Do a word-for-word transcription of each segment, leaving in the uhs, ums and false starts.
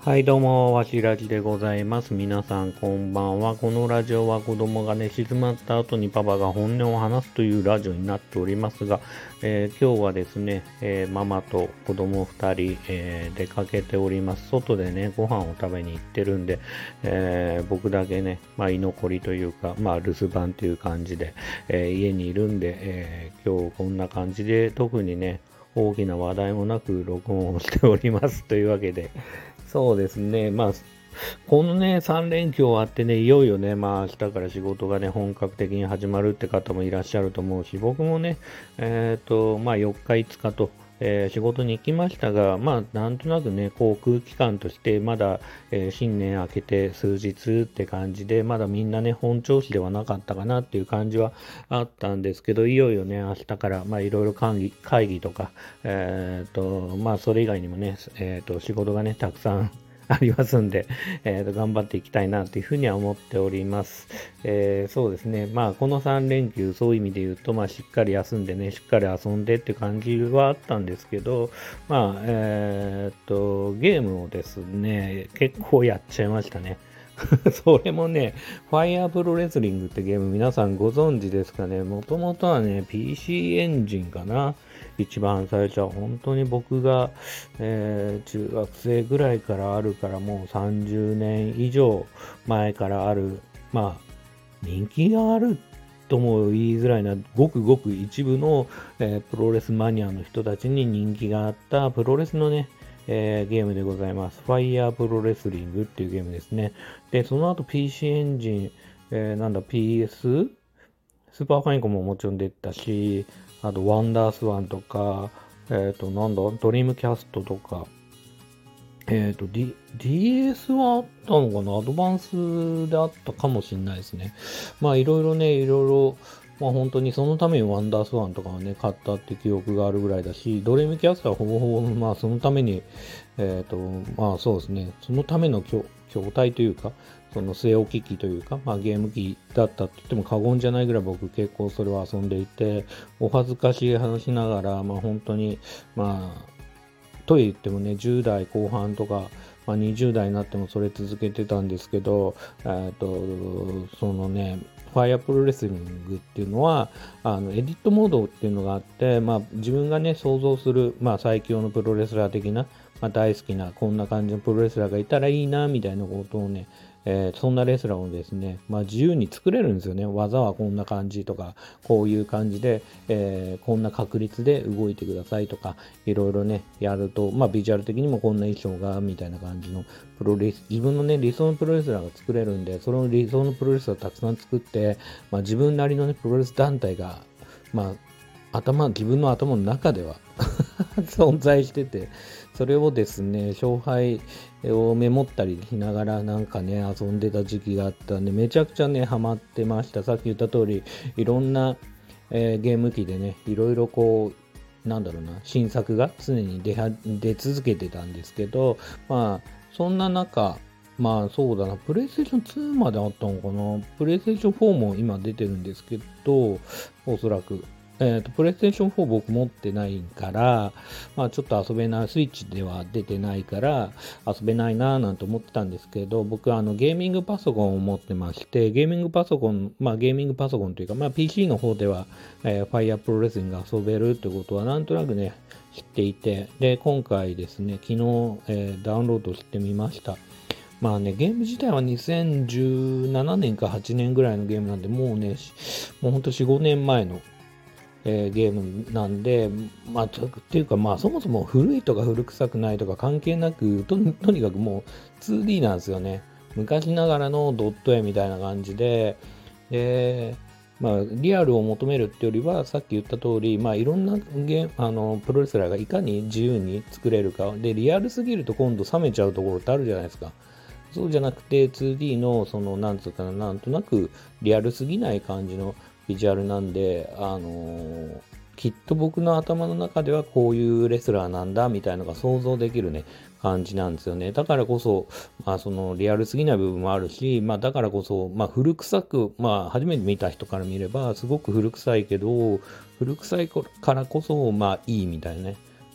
はい、どうも、わしらじでございます。皆さん、こんばんは。このラジオは子供がね、静まった後にパパが本音を話すというラジオになっておりますが、えー今日はですね、えーママと子供ふたり、えー出かけております。外でね、ご飯を食べに行ってるんで、えー僕だけね、まあ、居残りというか、まあ、留守番という感じで、えー家にいるんで、えー今日こんな感じで、特にね、大きな話題もなく録音をしておりますというわけで、そうですね。まあ、このね、さん連休終わってね、いよいよね、まあ、明日から仕事がね、本格的に始まるって方もいらっしゃると思うし、僕もね、えっと、まあ、よっか、いつかと、えー仕事に行きましたが、まあ、なんとなくね、こう、空気感として、まだ、えー新年明けて数日って感じで、まだみんなね、本調子ではなかったかなっていう感じはあったんですけど、いよいよね、明日から、まあ、いろいろ会議、会議とか、えっと、まあ、それ以外にもね、えっと、仕事がね、たくさんありますんで、えーと、頑張っていきたいなというふうには思っております。えーそうですね。まあ、このさん連休、そういう意味で言うと、まあ、しっかり休んでね、しっかり遊んでって感じはあったんですけど、まあ、えーと、ゲームをですね、結構やっちゃいましたね。それもね、ファイアープロレスリングってゲーム皆さんご存知ですかね。もともとはね、ピーシー エンジンかな。一番最初は本当に僕が、えー中学生ぐらいからあるからもうさんじゅうねん以上前からある、まあ人気があるとも言いづらいな、ごくごく一部の、えープロレスマニアの人たちに人気があったプロレスのね、えーゲームでございます。ファイヤープロレスリングっていうゲームですね。で、その後 ピーシー エンジン、えーなんだ、ピーエス? スーパーファインコンももちろん出たし、あとワンダースワンとか、えっ、と、なんだ、ドリームキャストとか、えっ、と、D、ディーエス はあったのかな、アドバンスであったかもしれないですね。まあ、いろいろね、いろいろ、まあ本当にそのためにワンダースワンとかをね、買ったって記憶があるぐらいだし、ドリームキャストはほぼほぼ、まあそのために、えっ、と、まあそうですね、そのための筐筐体というか、その据え置き機というか、まあゲーム機だったって言っても過言じゃないぐらい僕結構それは遊んでいて、お恥ずかしい話しながら、まあ本当に、まあ、と言ってもね、じゅう代後半とか、まあ、にじゅう代になってもそれ続けてたんですけど、えっと、そのね、ファイアプロレスリングっていうのは、あの、エディットモードっていうのがあって、まあ、自分がね、想像する、まあ、最強のプロレスラー的な、まあ、大好きな、こんな感じのプロレスラーがいたらいいな、みたいなことをね、えーそんなレスラーをですね、まあ、自由に作れるんですよね。技はこんな感じとか、こういう感じで、えーこんな確率で動いてくださいとか、いろいろね、やると、まあ、ビジュアル的にもこんな衣装が、みたいな感じのプロレス、自分のね、理想のプロレスラーが作れるんで、その理想のプロレスラーをたくさん作って、まあ、自分なりのね、プロレス団体が、まあ、頭、自分の頭の中では存在してて、それをですね、勝敗をメモったりしながらなんかね、遊んでた時期があったんで、めちゃくちゃね、ハマってました。さっき言った通り、いろんな、えーゲーム機でね、いろいろこう、なんだろうな、新作が常に出は出続けてたんですけど、まあ、そんな中、まあそうだな、プレイステーションツーまであったのかな。プレイステーションフォーも今出てるんですけど、おそらく。えっ、と、プレイステーションフォー僕持ってないから、まあちょっと遊べない、スイッチでは出てないから遊べないなぁなんて思ってたんですけど、僕はあのゲーミングパソコンを持ってまして、ゲーミングパソコン、まあゲーミングパソコンというか、まあ ピーシー の方では、えー、Fire Pro Wrestling が遊べるってことはなんとなくね、知っていて、で、今回ですね、昨日、えーダウンロードしてみました。まあね、ゲーム自体はにせんじゅうななねんかはちねんぐらいのゲームなんで、もうね、しもうほんとよん、ごねんまえの、えーゲームなんで、まあ、とっていうか、まあ、そもそも古いとか古臭くないとか関係なく、とにとにかくもう ツーディー なんですよね。昔ながらのドット絵みたいな感じで、で、まあ、リアルを求めるってよりは、さっき言った通り、まあ、いろんなゲーあのプロレスラーがいかに自由に作れるか。で、リアルすぎると今度冷めちゃうところってあるじゃないですか。そうじゃなくて ツーディー のそのなんつうかな、なんとなくリアルすぎない感じのビジュアルなんで、あのーきっと僕の頭の中ではこういうレスラーなんだみたいなのが想像できるね、感じなんですよね。だからこそ、まあそのリアルすぎない部分もあるし、まあだからこそ、まあ古臭く、まあ初めて見た人から見ればすごく古臭いけど、古臭いからこそまあいいみたいなね。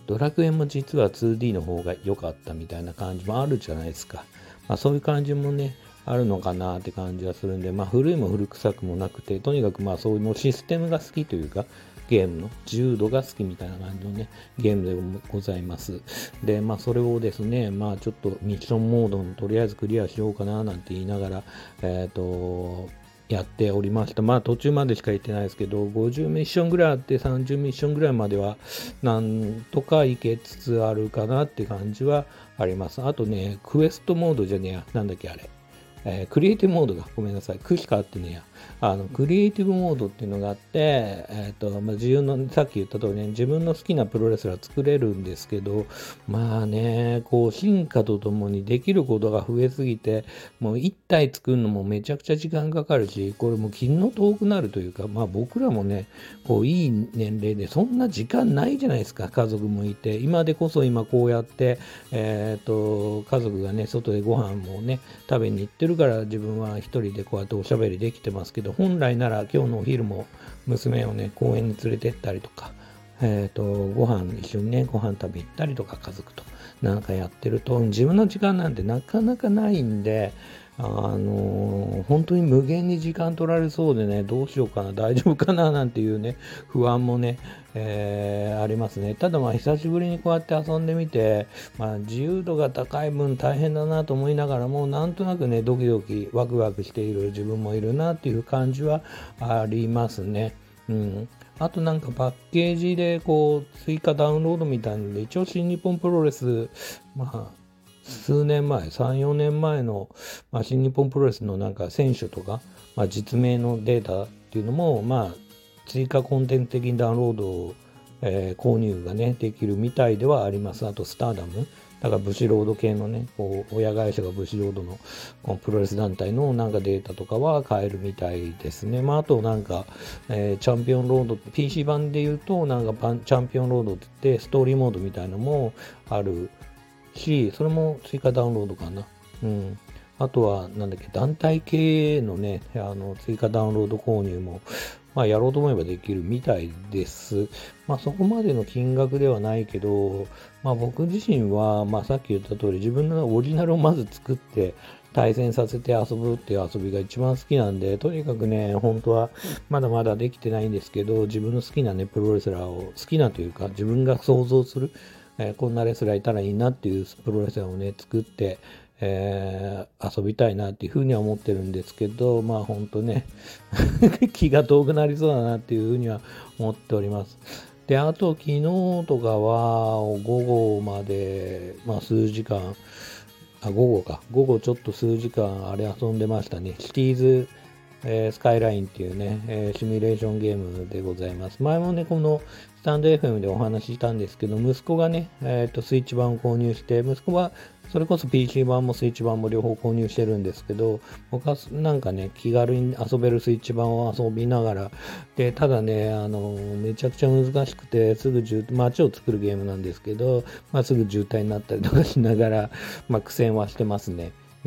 ドラクエも実は ツーディー の方が良かったみたいな感じもあるじゃないですか。まあ、そういう感じもね、あるのかなって感じがするんで、まあ、古いも古臭くもなくて、とにかくまあそういうシステムが好きというか、ゲームの自由度が好きみたいな感じのね、ゲームでございます。で、まあそれをですね、まあちょっとミッションモードにとりあえずクリアしようかななんて言いながら、えっ、ー、と、やっておりました。まあ途中までしか行ってないですけど、ごじゅうミッションぐらいあってさんじゅうミッションぐらいまではなんとか行けつつあるかなって感じはあります。あとね、クエストモードじゃねえや、なんだっけあれ。えー、クリエイティブモードが、ごめんなさい、区しかあってねや。あの、クリエイティブモードっていうのがあって、えっ、ー、と、まあ、自由の、さっき言った通りね、自分の好きなプロレスラー作れるんですけど、まあね、こう、進化とともにできることが増えすぎて、もう一体作るのもめちゃくちゃ時間かかるし、これも気の遠くなるというか、まあ僕らもね、こう、いい年齢で、そんな時間ないじゃないですか、家族もいて。今でこそ今こうやって、えっ、ー、と、家族がね、外でご飯もね、食べに行ってるから自分は一人でこうやっておしゃべりできてますけど、本来なら今日のお昼も娘をね公園に連れてったりとか、えっ、ー、とご飯一緒にねご飯食べ行ったりとか家族となんかやってると自分の時間なんてなかなかないんで、あのー、本当に無限に時間取られそうでね、どうしようかな、大丈夫かななんていうね、不安もね、えー、ありますね。ただまあ久しぶりにこうやって遊んでみて、まあ自由度が高い分大変だなと思いながらも、なんとなくね、ドキドキワクワクしている自分もいるなっていう感じはありますね。うん。あとなんかパッケージでこう追加ダウンロードみたいなので、一応新日本プロレス、まあ数年前、さん、よねんまえの、まあ、新日本プロレスのなんか選手とか、まあ、実名のデータっていうのも、まあ、追加コンテンツ的にダウンロードを、えー、購入がね、できるみたいではあります。あと、スターダム。だから、ブシロード系のね、こう、親会社がブシロードのこのプロレス団体のなんかデータとかは買えるみたいですね。まあ、あとなんか、えー、チャンピオンロード、ピーシー 版で言うと、なんかパン、チャンピオンロードって言って、ストーリーモードみたいなのもあるし、それも追加ダウンロードかな。うん。あとは、なんだっけ、団体系のね、あの、追加ダウンロード購入も、まあ、やろうと思えばできるみたいです。まあ、そこまでの金額ではないけど、まあ、僕自身は、まあ、さっき言った通り、自分のオリジナルをまず作って、対戦させて遊ぶっていう遊びが一番好きなんで、とにかくね、本当はまだまだできてないんですけど、自分の好きなね、プロレスラーを、好きなというか、自分が想像する、えー、こんなレスラーいたらいいなっていうプロレスラーをね、作って、えー、遊びたいなっていうふうには思ってるんですけど、まあ本当ね、気が遠くなりそうだなっていうふうには思っております。で、あと昨日とかは午後まで、まあ数時間、あ、午後か、午後ちょっと数時間あれ遊んでましたね。シティーズ、えー、スカイラインっていうね、えー、シミュレーションゲームでございます。前もね、このスタンド エフエム でお話ししたんですけど、息子がね、えっと、スイッチ版を購入して、息子はそれこそ ピーシー 版もスイッチ版も両方購入してるんですけど、僕はなんかね、気軽に遊べるスイッチ版を遊びながら、で、ただね、あの、めちゃくちゃ難しくて、すぐ渋街を作るゲームなんですけど、まあ、すぐ渋滞になったりとかしながら、まあ、苦戦はしてますね。うん、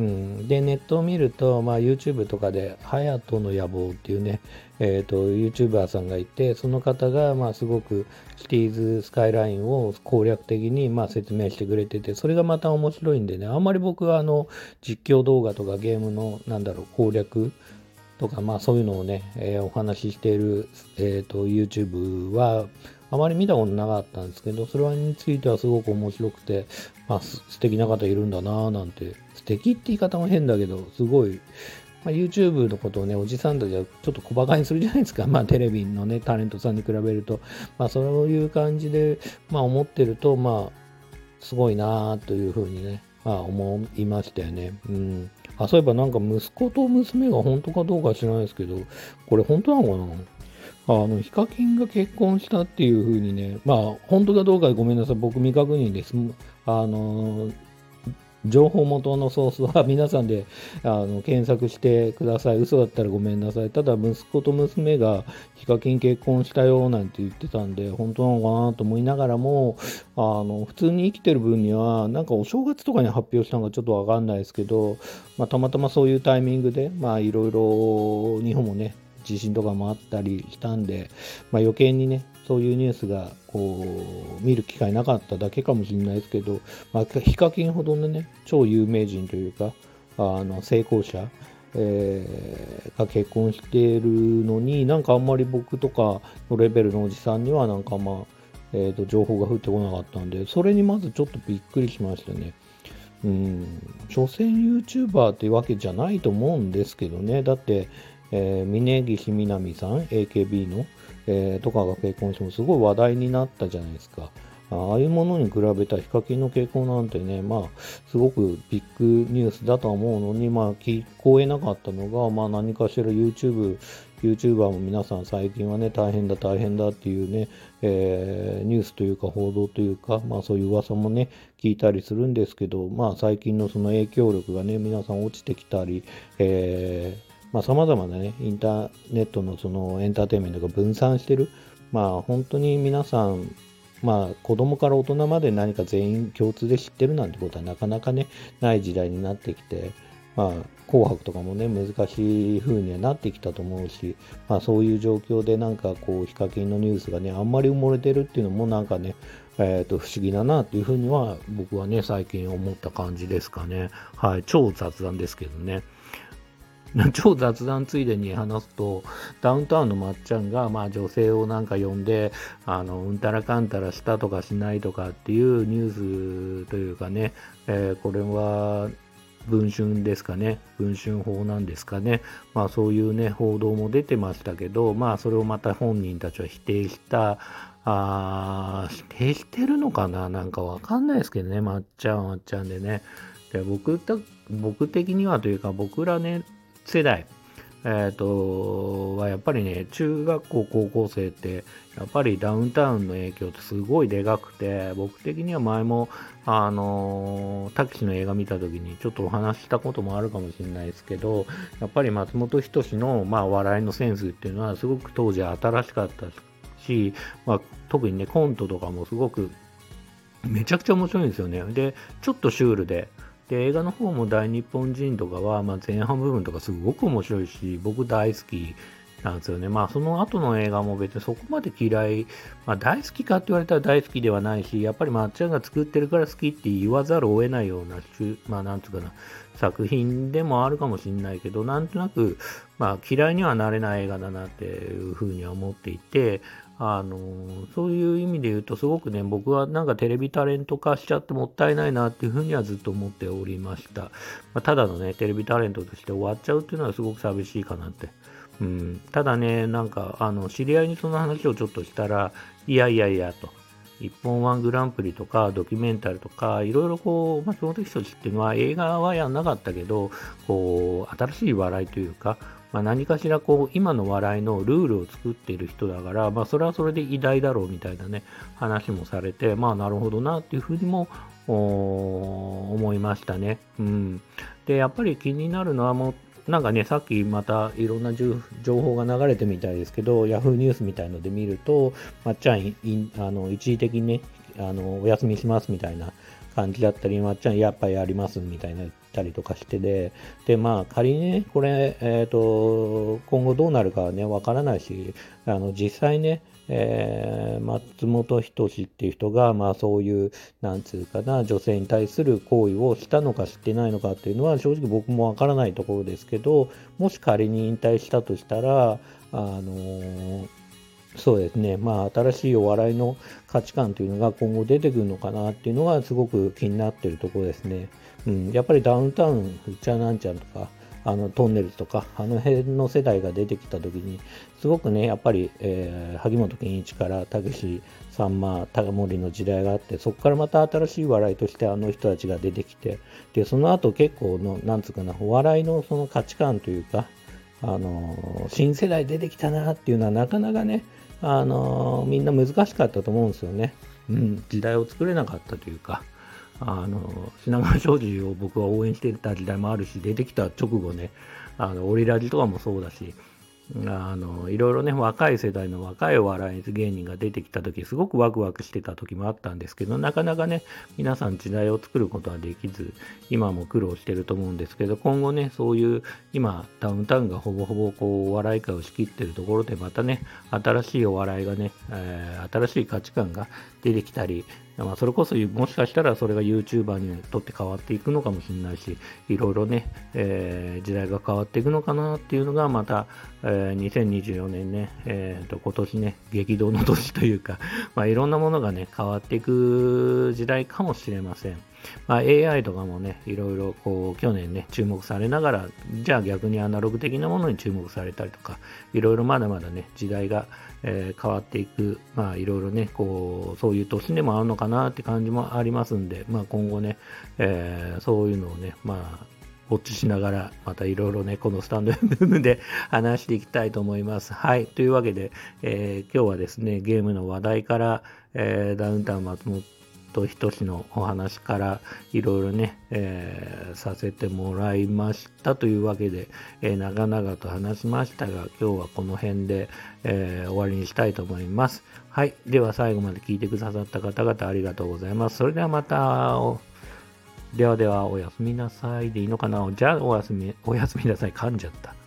で、ネットを見ると、まあ、YouTube とかで、ハヤトの野望っていうね、えっと、YouTuber さんがいて、その方が、まあ、すごくシティーズスカイラインを攻略的に、まあ、説明してくれてて、それがまた面白いんでね、あんまり僕は、あの、実況動画とかゲームの、なんだろう、攻略とか、まあ、そういうのをね、えーお話ししている、えっと、YouTube は、あまり見たことなかったんですけど、それについてはすごく面白くて、まあ、す素敵な方いるんだなぁなんて、素敵って言い方も変だけど、すごい、まあ、YouTube のことをね、おじさんたちはちょっと小馬鹿にするじゃないですか。まあ、テレビのね、タレントさんに比べると。まあ、そういう感じで、まあ、思ってると、まあ、すごいなぁというふうにね、まあ、思いましたよね。うん。あ、そういえばなんか息子と娘が本当かどうか知らないですけど、これ本当なのかな。あの、ヒカキンが結婚したっていう風にね、まあ、本当かどうかごめんなさい、僕未確認です。あの、情報元のソースは皆さんであの検索してください。嘘だったらごめんなさい。ただ、息子と娘がヒカキン結婚したよなんて言ってたんで、本当なのかなと思いながらも、あの、普通に生きてる分には、なんかお正月とかに発表したのかちょっとわかんないですけど、まあ、たまたまそういうタイミングで、まあ、いろいろ日本もね、地震とかもあったりしたんで、まあ、余計にね、 そういうニュースがこう見る機会なかっただけかもしれないですけど、まあ、ヒカキンほどのね超有名人というかあの成功者、えーが結婚しているのに、なんかあんまり僕とかのレベルのおじさんにはなんかまあ、えーと情報が降ってこなかったんで、それにまずちょっとびっくりしましたね。うん、所詮 YouTuber ってわけじゃないと思うんですけどね。だって、えー、峯岸みなみさん、エーケービー の、えーとかが結婚してもすごい話題になったじゃないですか。ああいうものに比べたヒカキンの結婚なんてね、まあ、すごくビッグニュースだとは思うのに、まあ、聞こえなかったのが、まあ、何かしら YouTube、YouTuber も皆さん最近はね、大変だ、大変だっていうね、えーニュースというか報道というか、まあそういう噂もね、聞いたりするんですけど、まあ最近のその影響力がね、皆さん落ちてきたり、えーまあ様々なね、インターネットのそのエンターテインメントが分散してる。まあ本当に皆さん、まあ子供から大人まで何か全員共通で知ってるなんてことはなかなかね、ない時代になってきて、まあ紅白とかもね、難しい風にはなってきたと思うし、まあそういう状況でなんかこう、ヒカキンのニュースがね、あんまり埋もれてるっていうのもなんかね、えっと、不思議だなっていうふうには僕はね、最近思った感じですかね。はい、超雑談ですけどね。超雑談ついでに話すと、ダウンタウンのまっちゃんが、まあ女性をなんか呼んで、あの、うんたらかんたらしたとかしないとかっていうニュースというかね、えーこれは、文春ですかね。文春法なんですかね。まあそういうね、報道も出てましたけど、まあそれをまた本人たちは否定した、あー否定してるのかななんかわかんないですけどね、まっちゃんはまっちゃんでね。で僕た、僕的にはというか、僕らね、世代、えっと、はやっぱりね、中学校、高校生って、やっぱりダウンタウンの影響ってすごいでかくて、僕的には前も、あのー、たけしの映画見た時にちょっとお話ししたこともあるかもしれないですけど、やっぱり松本人志の、まあ、笑いのセンスっていうのはすごく当時新しかったし、まあ、特にね、コントとかもすごくめちゃくちゃ面白いんですよね。で、ちょっとシュールで、で、映画の方も大日本人とかは、まあ、前半部分とかすごく面白いし、僕大好きなんですよね。まあ、その後の映画も別にそこまで嫌い、まあ、大好きかって言われたら大好きではないし、やっぱりまっちゃんが作ってるから好きって言わざるを得ないような、まあ、なんつうかな、作品でもあるかもしれないけど、なんとなく、まあ、嫌いにはなれない映画だなっていうふうには思っていて、あのそういう意味で言うとすごくね僕はなんかテレビタレント化しちゃってもったいないなっていうふうにはずっと思っておりました、まあ、ただのねテレビタレントとして終わっちゃうっていうのはすごく寂しいかなって、うん、ただねなんかあの知り合いにその話をちょっとしたらいやいやいやと一本ワングランプリとかドキュメンタルとかいろいろこう松本人志っていうのは映画はやんなかったけどこう新しい笑いというかまあ、何かしらこう今の笑いのルールを作っている人だから、まあ、それはそれで偉大だろうみたいなね話もされて、まあなるほどなっていうふうにも思いましたね。うん、でやっぱり気になるのはもうなんかねさっきまたいろんな情報が流れてみたいですけどヤフーニュースみたいので見るとまっちゃんいあの一時的にねあのお休みしますみたいな感じだったりまっちゃんやっぱりやりますみたいなたりとかしてで、で、まあ、仮にね、これ、えっと、今後どうなるかはね、わからないし、あの、実際ね、えー松本人志っていう人が、まあ、そういう、なんつうかな、女性に対する行為をしたのかしてないのかっていうのは、正直僕もわからないところですけど、もし仮に引退したとしたら、あのーそうですね、まあ、新しいお笑いの価値観というのが今後出てくるのかなっていうのがすごく気になっているところですね。うん、やっぱりダウンタウン、うっちゃなんちゃんとか、あのトンネルズとか、あの辺の世代が出てきたときに、すごくね、やっぱり、えー萩本欽一からたけし、さんま、高森の時代があって、そこからまた新しい笑いとしてあの人たちが出てきて、で、その後結構の、なんつうかな、お笑いのその価値観というか、あの新世代出てきたなっていうのはなかなかね、あのみんな難しかったと思うんですよね。うん、時代を作れなかったというか、あの品川庄司を僕は応援してた時代もあるし、出てきた直後ね、あのオリラジとかもそうだし、 あのいろいろね、若い世代の若いお笑い芸人が出てきた時すごくワクワクしてた時もあったんですけど、なかなかね皆さん時代を作ることはできず、今も苦労してると思うんですけど、今後ねそういう今ダウンタウンがほぼほぼこうお笑い界を仕切ってるところで、またね新しいお笑いがね、えー新しい価値観が出てきたり、まあ、それこそもしかしたらそれが YouTuber にとって変わっていくのかもしれないし、いろいろね、えー時代が変わっていくのかなっていうのがまた、えーにせんにじゅうよねんね、えーと今年ね激動の年というか、まあ、いろんなものがね変わっていく時代かもしれません。まあ、エーアイ とかもね、いろいろこう去年ね、注目されながら、じゃあ逆にアナログ的なものに注目されたりとか、いろいろまだまだね、時代が、えー変わっていく、まあいろいろね、こう、そういう年でもあるのかなって感じもありますんで、まあ今後ね、えーそういうのをね、まあ、ウォッチしながら、またいろいろね、このスタンド エフエム で話していきたいと思います。はい。というわけで、えー今日はですね、ゲームの話題から、えーダウンタウン松本人志のお話からいろいろね、えーさせてもらいましたというわけで、えー長々と話しましたが、今日はこの辺で、えー終わりにしたいと思います。はい。では最後まで聞いてくださった方々ありがとうございます。それではまたおではではおやすみなさいでいいのかな。じゃあおやすみ、おやすみなさい。噛んじゃった。